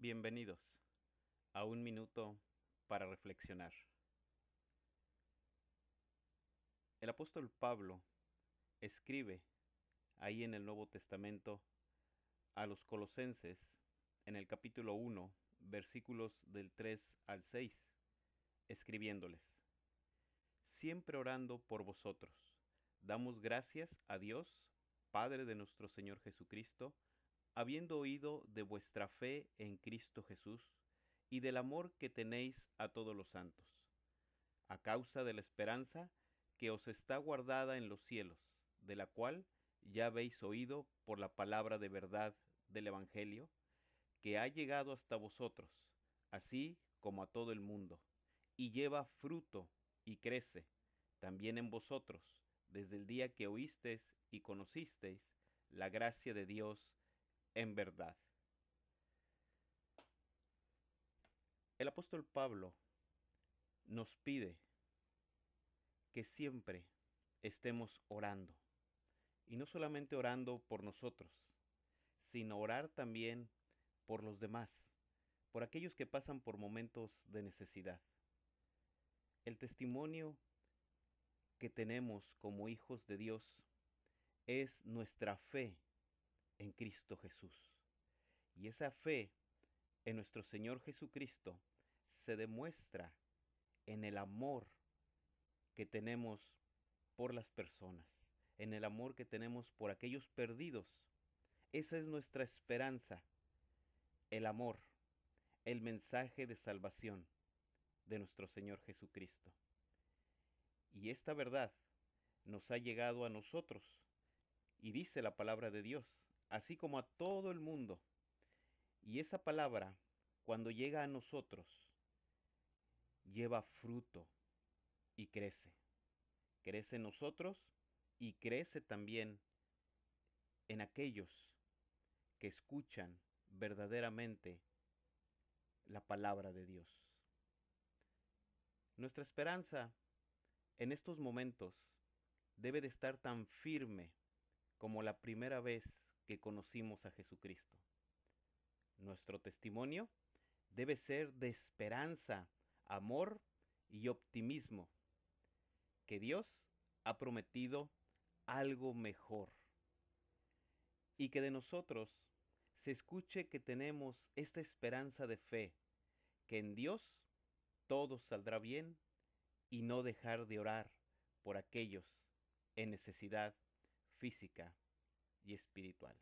Bienvenidos a un minuto para reflexionar. El apóstol Pablo escribe ahí en el Nuevo Testamento a los colosenses en el capítulo 1, versículos del 3 al 6, escribiéndoles: siempre orando por vosotros, damos gracias a Dios, Padre de nuestro Señor Jesucristo, habiendo oído de vuestra fe en Cristo Jesús y del amor que tenéis a todos los santos, a causa de la esperanza que os está guardada en los cielos, de la cual ya habéis oído por la palabra de verdad del Evangelio, que ha llegado hasta vosotros, así como a todo el mundo, y lleva fruto y crece, también en vosotros, desde el día que oísteis y conocisteis la gracia de Dios en verdad. El apóstol Pablo nos pide que siempre estemos orando, y no solamente orando por nosotros, sino orar también por los demás, por aquellos que pasan por momentos de necesidad. El testimonio que tenemos como hijos de Dios es nuestra fe en Cristo Jesús. Y esa fe en nuestro Señor Jesucristo se demuestra en el amor que tenemos por las personas, en el amor que tenemos por aquellos perdidos. Esa es nuestra esperanza, el amor, el mensaje de salvación de nuestro Señor Jesucristo. Y esta verdad nos ha llegado a nosotros, y dice la palabra de Dios, así como a todo el mundo. Y esa palabra, cuando llega a nosotros, lleva fruto y crece. Crece en nosotros y crece también en aquellos que escuchan verdaderamente la palabra de Dios. Nuestra esperanza en estos momentos debe de estar tan firme como la primera vez que conocimos a Jesucristo. Nuestro testimonio debe ser de esperanza, amor y optimismo, que Dios ha prometido algo mejor, y que de nosotros se escuche que tenemos esta esperanza de fe, que en Dios todo saldrá bien, y no dejar de orar por aquellos en necesidad física y espiritual.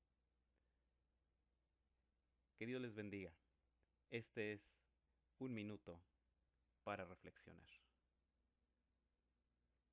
Que Dios les bendiga. Este es un minuto para reflexionar.